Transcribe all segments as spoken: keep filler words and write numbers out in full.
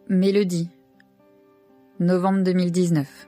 Mélodie, novembre deux mille dix-neuf.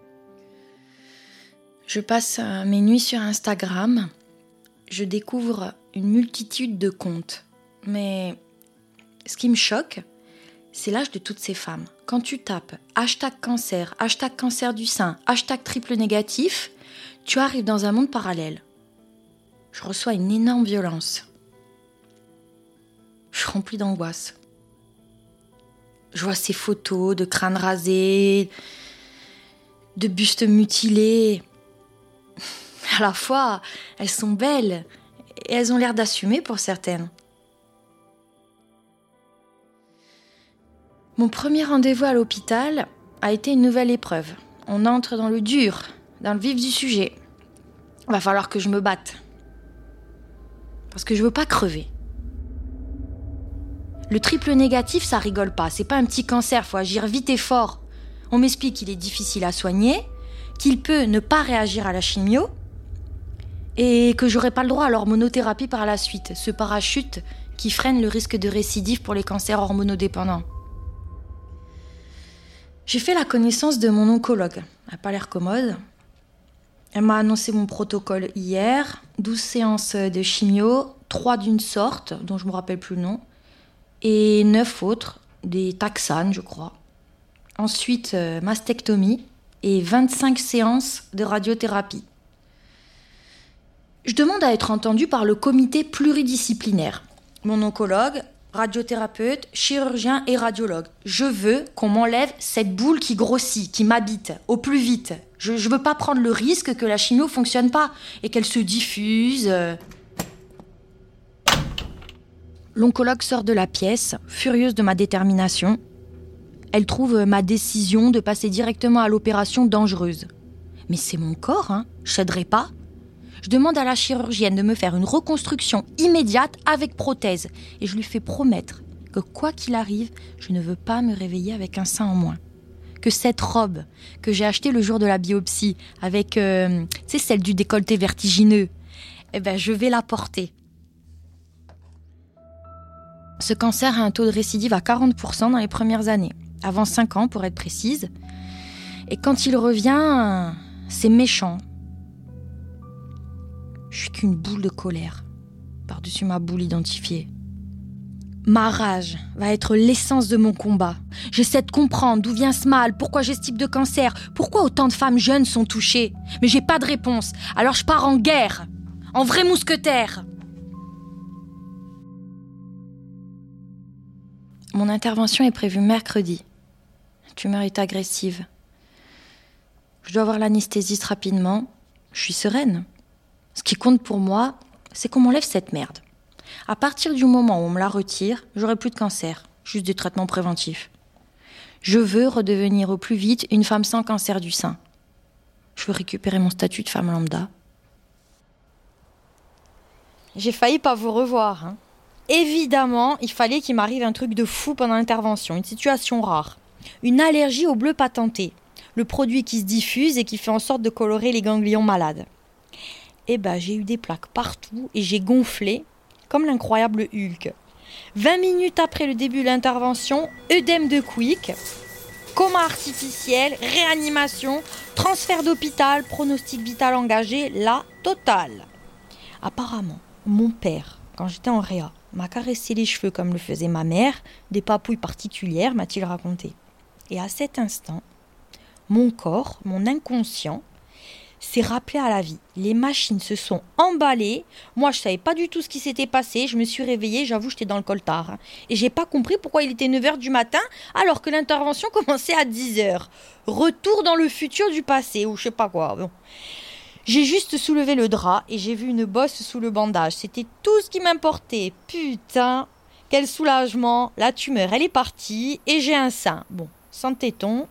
Je passe mes nuits sur Instagram. Je découvre une multitude de comptes. Mais ce qui me choque, c'est l'âge de toutes ces femmes. Quand tu tapes hashtag cancer, hashtag cancer du sein, hashtag triple négatif, tu arrives dans un monde parallèle. Je reçois une énorme violence. Je suis remplie d'angoisse. Je vois ces photos de crânes rasés, de bustes mutilés. À la fois, elles sont belles et elles ont l'air d'assumer pour certaines. Mon premier rendez-vous à l'hôpital a été une nouvelle épreuve. On entre dans le dur, dans le vif du sujet. Il va falloir que je me batte. Parce que je veux pas crever. Le triple négatif, ça rigole pas. C'est pas un petit cancer, faut agir vite et fort. On m'explique qu'il est difficile à soigner, qu'il peut ne pas réagir à la chimio et que j'aurai pas le droit à l'hormonothérapie par la suite, ce parachute qui freine le risque de récidive pour les cancers hormonodépendants. J'ai fait la connaissance de mon oncologue. Elle n'a pas l'air commode. Elle m'a annoncé mon protocole hier, douze séances de chimio, trois d'une sorte, dont je ne me rappelle plus le nom, et neuf autres, des taxanes, je crois. Ensuite, euh, mastectomie et vingt-cinq séances de radiothérapie. Je demande à être entendue par le comité pluridisciplinaire. Mon oncologue, radiothérapeute, chirurgien et radiologue. Je veux qu'on m'enlève cette boule qui grossit, qui m'habite, au plus vite. Je ne veux pas prendre le risque que la chimio ne fonctionne pas et qu'elle se diffuse. L'oncologue sort de la pièce, furieuse de ma détermination. Elle trouve ma décision de passer directement à l'opération dangereuse. Mais c'est mon corps, hein, je céderai pas. Je demande à la chirurgienne de me faire une reconstruction immédiate avec prothèse. Et je lui fais promettre que quoi qu'il arrive, je ne veux pas me réveiller avec un sein en moins. Que cette robe que j'ai achetée le jour de la biopsie, avec, euh, tu sais, celle du décolleté vertigineux, eh ben, je vais la porter. Ce cancer a un taux de récidive à quarante pour cent dans les premières années, avant cinq ans pour être précise. Et quand il revient, c'est méchant. Je suis qu'une boule de colère, par-dessus ma boule identifiée. Ma rage va être l'essence de mon combat. J'essaie de comprendre d'où vient ce mal, pourquoi j'ai ce type de cancer, pourquoi autant de femmes jeunes sont touchées. Mais j'ai pas de réponse, alors je pars en guerre, en vrai mousquetaire. Mon intervention est prévue mercredi. La tumeur est agressive. Je dois avoir l'anesthésiste rapidement. Je suis sereine. Ce qui compte pour moi, c'est qu'on m'enlève cette merde. À partir du moment où on me la retire, j'aurai plus de cancer, juste des traitements préventifs. Je veux redevenir au plus vite une femme sans cancer du sein. Je veux récupérer mon statut de femme lambda. J'ai failli pas vous revoir, hein. Évidemment, il fallait qu'il m'arrive un truc de fou pendant l'intervention, une situation rare. Une allergie au bleu patenté, le produit qui se diffuse et qui fait en sorte de colorer les ganglions malades. Eh ben, j'ai eu des plaques partout et j'ai gonflé comme l'incroyable Hulk. vingt minutes après le début de l'intervention, œdème de Quick, coma artificiel, réanimation, transfert d'hôpital, pronostic vital engagé, la totale. Apparemment, mon père, quand j'étais en réa, m'a caressé les cheveux comme le faisait ma mère, des papouilles particulières, m'a-t-il raconté. Et à cet instant, mon corps, mon inconscient, s'est rappelé à la vie. Les machines se sont emballées. Moi, je savais pas du tout ce qui s'était passé. Je me suis réveillée, j'avoue, j'étais dans le coltard. Hein. Et j'ai pas compris pourquoi il était neuf heures du matin alors que l'intervention commençait à dix heures. Retour dans le futur du passé, ou je sais pas quoi. Bon. J'ai juste soulevé le drap et j'ai vu une bosse sous le bandage. C'était tout ce qui m'importait. Putain, quel soulagement. La tumeur, elle est partie et j'ai un sein. Bon, sans téton.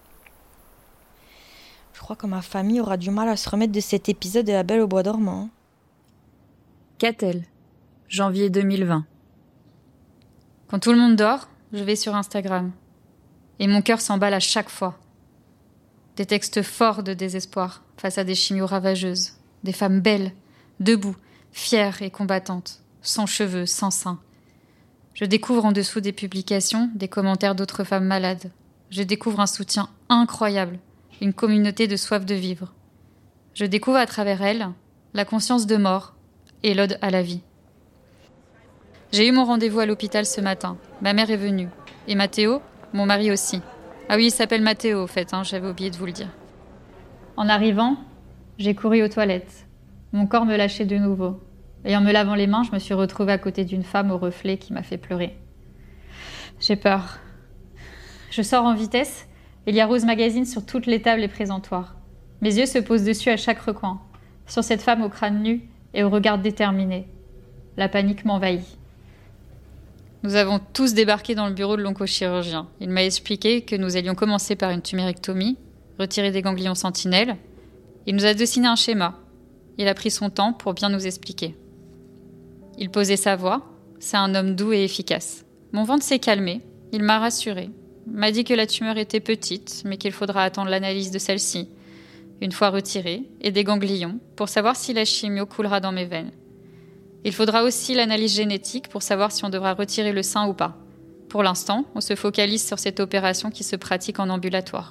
Je crois que ma famille aura du mal à se remettre de cet épisode de La Belle au bois dormant. Catel, janvier deux mille vingt. Quand tout le monde dort, je vais sur Instagram. Et mon cœur s'emballe à chaque fois. Des textes forts de désespoir face à des chimios ravageuses. Des femmes belles, debout, fières et combattantes, sans cheveux, sans seins. Je découvre en dessous des publications des commentaires d'autres femmes malades. Je découvre un soutien incroyable, une communauté de soif de vivre. Je découvre à travers elle la conscience de mort et l'ode à la vie. J'ai eu mon rendez-vous à l'hôpital ce matin. Ma mère est venue. Et Mathéo, mon mari aussi. Ah oui, il s'appelle Mathéo, au fait, hein, j'avais oublié de vous le dire. En arrivant, j'ai couru aux toilettes. Mon corps me lâchait de nouveau. Et en me lavant les mains, je me suis retrouvée à côté d'une femme au reflet qui m'a fait pleurer. J'ai peur. Je sors en vitesse. Il y a Rose Magazine sur toutes les tables et présentoirs. Mes yeux se posent dessus à chaque recoin, sur cette femme au crâne nu et au regard déterminé. La panique m'envahit. Nous avons tous débarqué dans le bureau de l'oncochirurgien. Il m'a expliqué que nous allions commencer par une tumérectomie, retirer des ganglions sentinelles. Il nous a dessiné un schéma. Il a pris son temps pour bien nous expliquer. Il posait sa voix. C'est un homme doux et efficace. Mon ventre s'est calmé. Il m'a rassurée. M'a dit que la tumeur était petite, mais qu'il faudra attendre l'analyse de celle-ci, une fois retirée, et des ganglions, pour savoir si la chimio coulera dans mes veines. Il faudra aussi l'analyse génétique pour savoir si on devra retirer le sein ou pas. Pour l'instant, on se focalise sur cette opération qui se pratique en ambulatoire.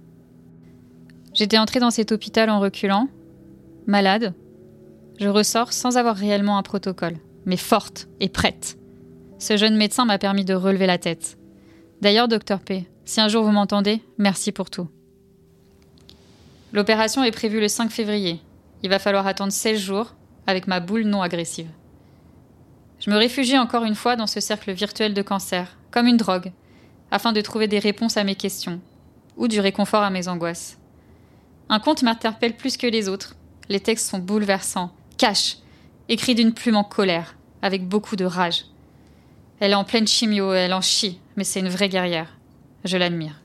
J'étais entrée dans cet hôpital en reculant, malade. Je ressors sans avoir réellement un protocole, mais forte et prête. Ce jeune médecin m'a permis de relever la tête. D'ailleurs, docteur P, si un jour vous m'entendez, merci pour tout. L'opération est prévue le cinq février. Il va falloir attendre seize jours avec ma boule non agressive. Je me réfugie encore une fois dans ce cercle virtuel de cancer, comme une drogue, afin de trouver des réponses à mes questions, ou du réconfort à mes angoisses. Un conte m'interpelle plus que les autres. Les textes sont bouleversants, cash, écrits d'une plume en colère, avec beaucoup de rage. Elle est en pleine chimio, elle en chie, mais c'est une vraie guerrière. Je l'admire.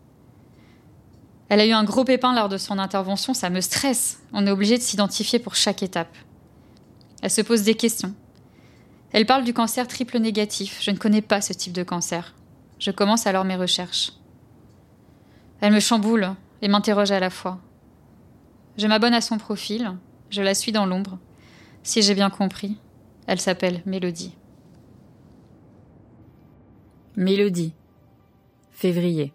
Elle a eu un gros pépin lors de son intervention, ça me stresse. On est obligé de s'identifier pour chaque étape. Elle se pose des questions. Elle parle du cancer triple négatif. Je ne connais pas ce type de cancer. Je commence alors mes recherches. Elle me chamboule et m'interroge à la fois. Je m'abonne à son profil, je la suis dans l'ombre. Si j'ai bien compris, elle s'appelle Mélodie. Mélodie, février.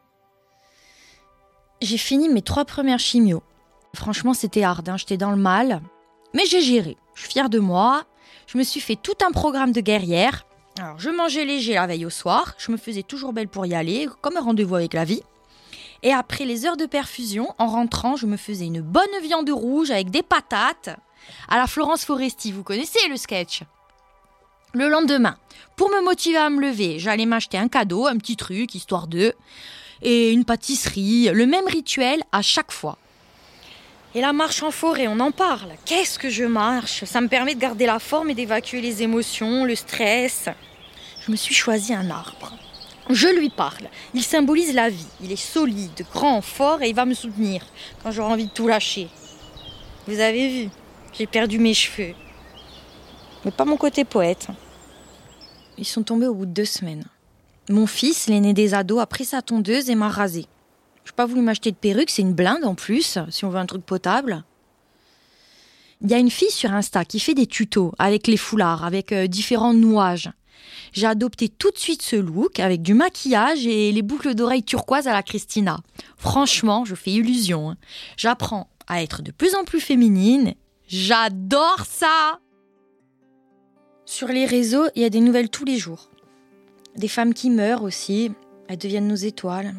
J'ai fini mes trois premières chimios. Franchement, c'était hard, hein, j'étais dans le mal. Mais j'ai géré, je suis fière de moi. Je me suis fait tout un programme de guerrière. Alors, je mangeais léger la veille au soir. Je me faisais toujours belle pour y aller, comme un rendez-vous avec la vie. Et après les heures de perfusion, en rentrant, je me faisais une bonne viande rouge avec des patates. À la Florence Foresti, vous connaissez le sketch. Le lendemain, pour me motiver à me lever, j'allais m'acheter un cadeau, un petit truc, histoire de... Et une pâtisserie, le même rituel à chaque fois. Et la marche en forêt, on en parle. Qu'est-ce que je marche ? Ça me permet de garder la forme et d'évacuer les émotions, le stress. Je me suis choisi un arbre. Je lui parle. Il symbolise la vie. Il est solide, grand, fort et il va me soutenir quand j'aurai envie de tout lâcher. Vous avez vu, j'ai perdu mes cheveux. Mais pas mon côté poète. Ils sont tombés au bout de deux semaines. Mon fils, l'aîné des ados, a pris sa tondeuse et m'a rasé. Je n'ai pas voulu m'acheter de perruque, c'est une blinde en plus, si on veut un truc potable. Il y a une fille sur Insta qui fait des tutos avec les foulards, avec euh, différents nouages. J'ai adopté tout de suite ce look avec du maquillage et les boucles d'oreilles turquoise à la Christina. Franchement, je fais illusion. Hein. J'apprends à être de plus en plus féminine. J'adore ça! Sur les réseaux, il y a des nouvelles tous les jours. Des femmes qui meurent aussi, elles deviennent nos étoiles.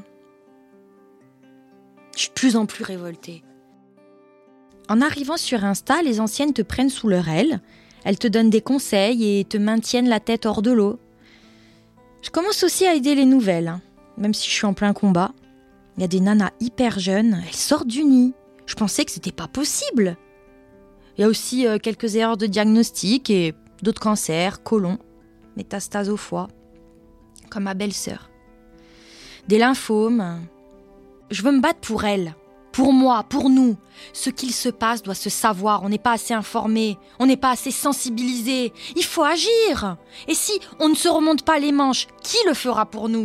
Je suis de plus en plus révoltée. En arrivant sur Insta, les anciennes te prennent sous leur aile. Elles te donnent des conseils et te maintiennent la tête hors de l'eau. Je commence aussi à aider les nouvelles, hein, même si je suis en plein combat. Il y a des nanas hyper jeunes, elles sortent du nid. Je pensais que c'était pas possible. Il y a aussi euh, quelques erreurs de diagnostic et d'autres cancers, côlon, métastases au foie, comme ma belle-sœur. Des lymphomes. Je veux me battre pour elle, pour moi, pour nous. Ce qu'il se passe doit se savoir. On n'est pas assez informé, on n'est pas assez sensibilisé. Il faut agir. Et si on ne se remonte pas les manches, qui le fera pour nous ?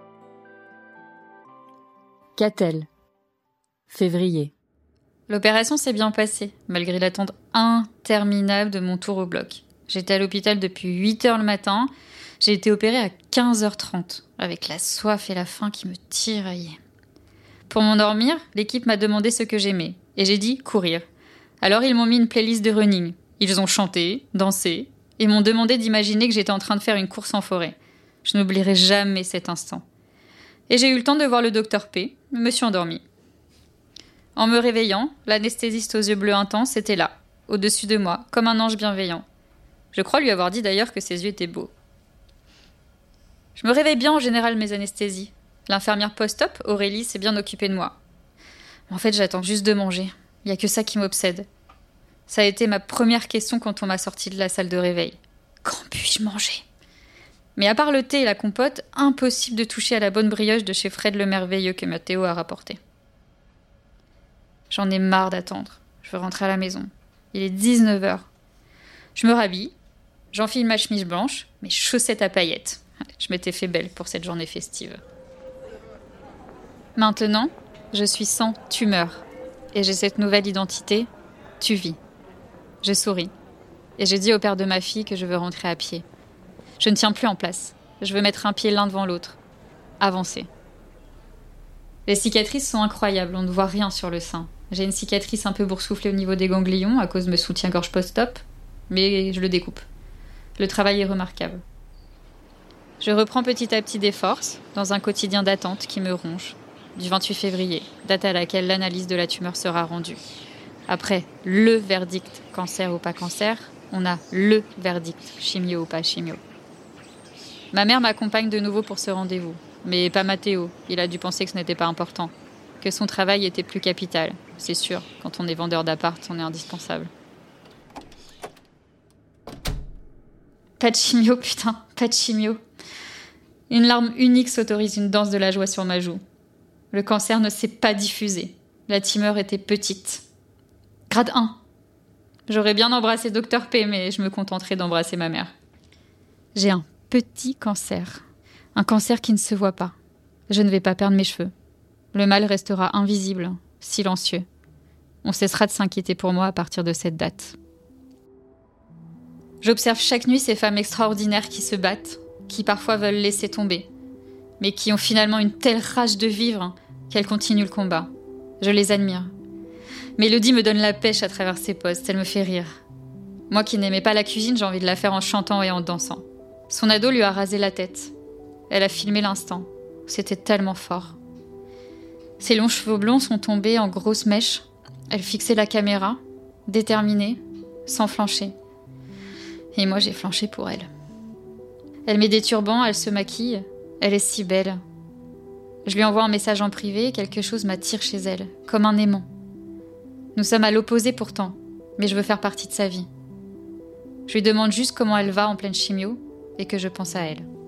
Catel, février. L'opération s'est bien passée, malgré l'attente interminable de mon tour au bloc. J'étais à l'hôpital depuis huit heures le matin. J'ai été opérée à quinze heures trente, avec la soif et la faim qui me tiraillaient. Pour m'endormir, l'équipe m'a demandé ce que j'aimais, et j'ai dit courir. Alors ils m'ont mis une playlist de running. Ils ont chanté, dansé, et m'ont demandé d'imaginer que j'étais en train de faire une course en forêt. Je n'oublierai jamais cet instant. Et j'ai eu le temps de voir le docteur P, je me suis endormie. En me réveillant, l'anesthésiste aux yeux bleus intenses était là, au-dessus de moi, comme un ange bienveillant. Je crois lui avoir dit d'ailleurs que ses yeux étaient beaux. Je me réveille bien en général mes anesthésies. L'infirmière post-op, Aurélie, s'est bien occupée de moi. En fait, j'attends juste de manger. Il n'y a que ça qui m'obsède. Ça a été ma première question quand on m'a sortie de la salle de réveil. Quand puis-je manger ? Mais à part le thé et la compote, impossible de toucher à la bonne brioche de chez Fred le Merveilleux que Mathéo a rapporté. J'en ai marre d'attendre. Je veux rentrer à la maison. Il est dix-neuf heures. Je me rhabille, j'enfile ma chemise blanche, mes chaussettes à paillettes. Je m'étais fait belle pour cette journée festive. Maintenant, je suis sans tumeur. Et j'ai cette nouvelle identité, tu vis. Je souris. Et j'ai dit au père de ma fille que je veux rentrer à pied. Je ne tiens plus en place. Je veux mettre un pied l'un devant l'autre. Avancer. Les cicatrices sont incroyables, on ne voit rien sur le sein. J'ai une cicatrice un peu boursouflée au niveau des ganglions à cause de mes soutiens-gorge post-op, mais je le découpe. Le travail est remarquable. Je reprends petit à petit des forces dans un quotidien d'attente qui me ronge, du vingt-huit février, date à laquelle l'analyse de la tumeur sera rendue. Après le verdict cancer ou pas cancer, on a le verdict chimio ou pas chimio. Ma mère m'accompagne de nouveau pour ce rendez-vous, mais pas Mathéo, il a dû penser que ce n'était pas important, que son travail était plus capital. C'est sûr, quand on est vendeur d'appart, on est indispensable. Pas de chimio, putain, pas de chimio. Une larme unique s'autorise une danse de la joie sur ma joue. Le cancer ne s'est pas diffusé. La tumeur était petite. Grade un. J'aurais bien embrassé docteur P, mais je me contenterai d'embrasser ma mère. J'ai un petit cancer. Un cancer qui ne se voit pas. Je ne vais pas perdre mes cheveux. Le mal restera invisible, silencieux. On cessera de s'inquiéter pour moi à partir de cette date. J'observe chaque nuit ces femmes extraordinaires qui se battent, qui parfois veulent laisser tomber, mais qui ont finalement une telle rage de vivre qu'elles continuent le combat. Je les admire. Mélodie me donne la pêche à travers ses posts, elle me fait rire. Moi qui n'aimais pas la cuisine, j'ai envie de la faire en chantant et en dansant. Son ado lui a rasé la tête. Elle a filmé l'instant. C'était tellement fort. Ses longs cheveux blonds sont tombés en grosses mèches. Elle fixait la caméra, déterminée, sans flancher. Et moi, j'ai flanché pour elle. Elle met des turbans, elle se maquille. Elle est si belle. Je lui envoie un message en privé, quelque chose m'attire chez elle, comme un aimant. Nous sommes à l'opposé pourtant, mais je veux faire partie de sa vie. Je lui demande juste comment elle va en pleine chimio et que je pense à elle.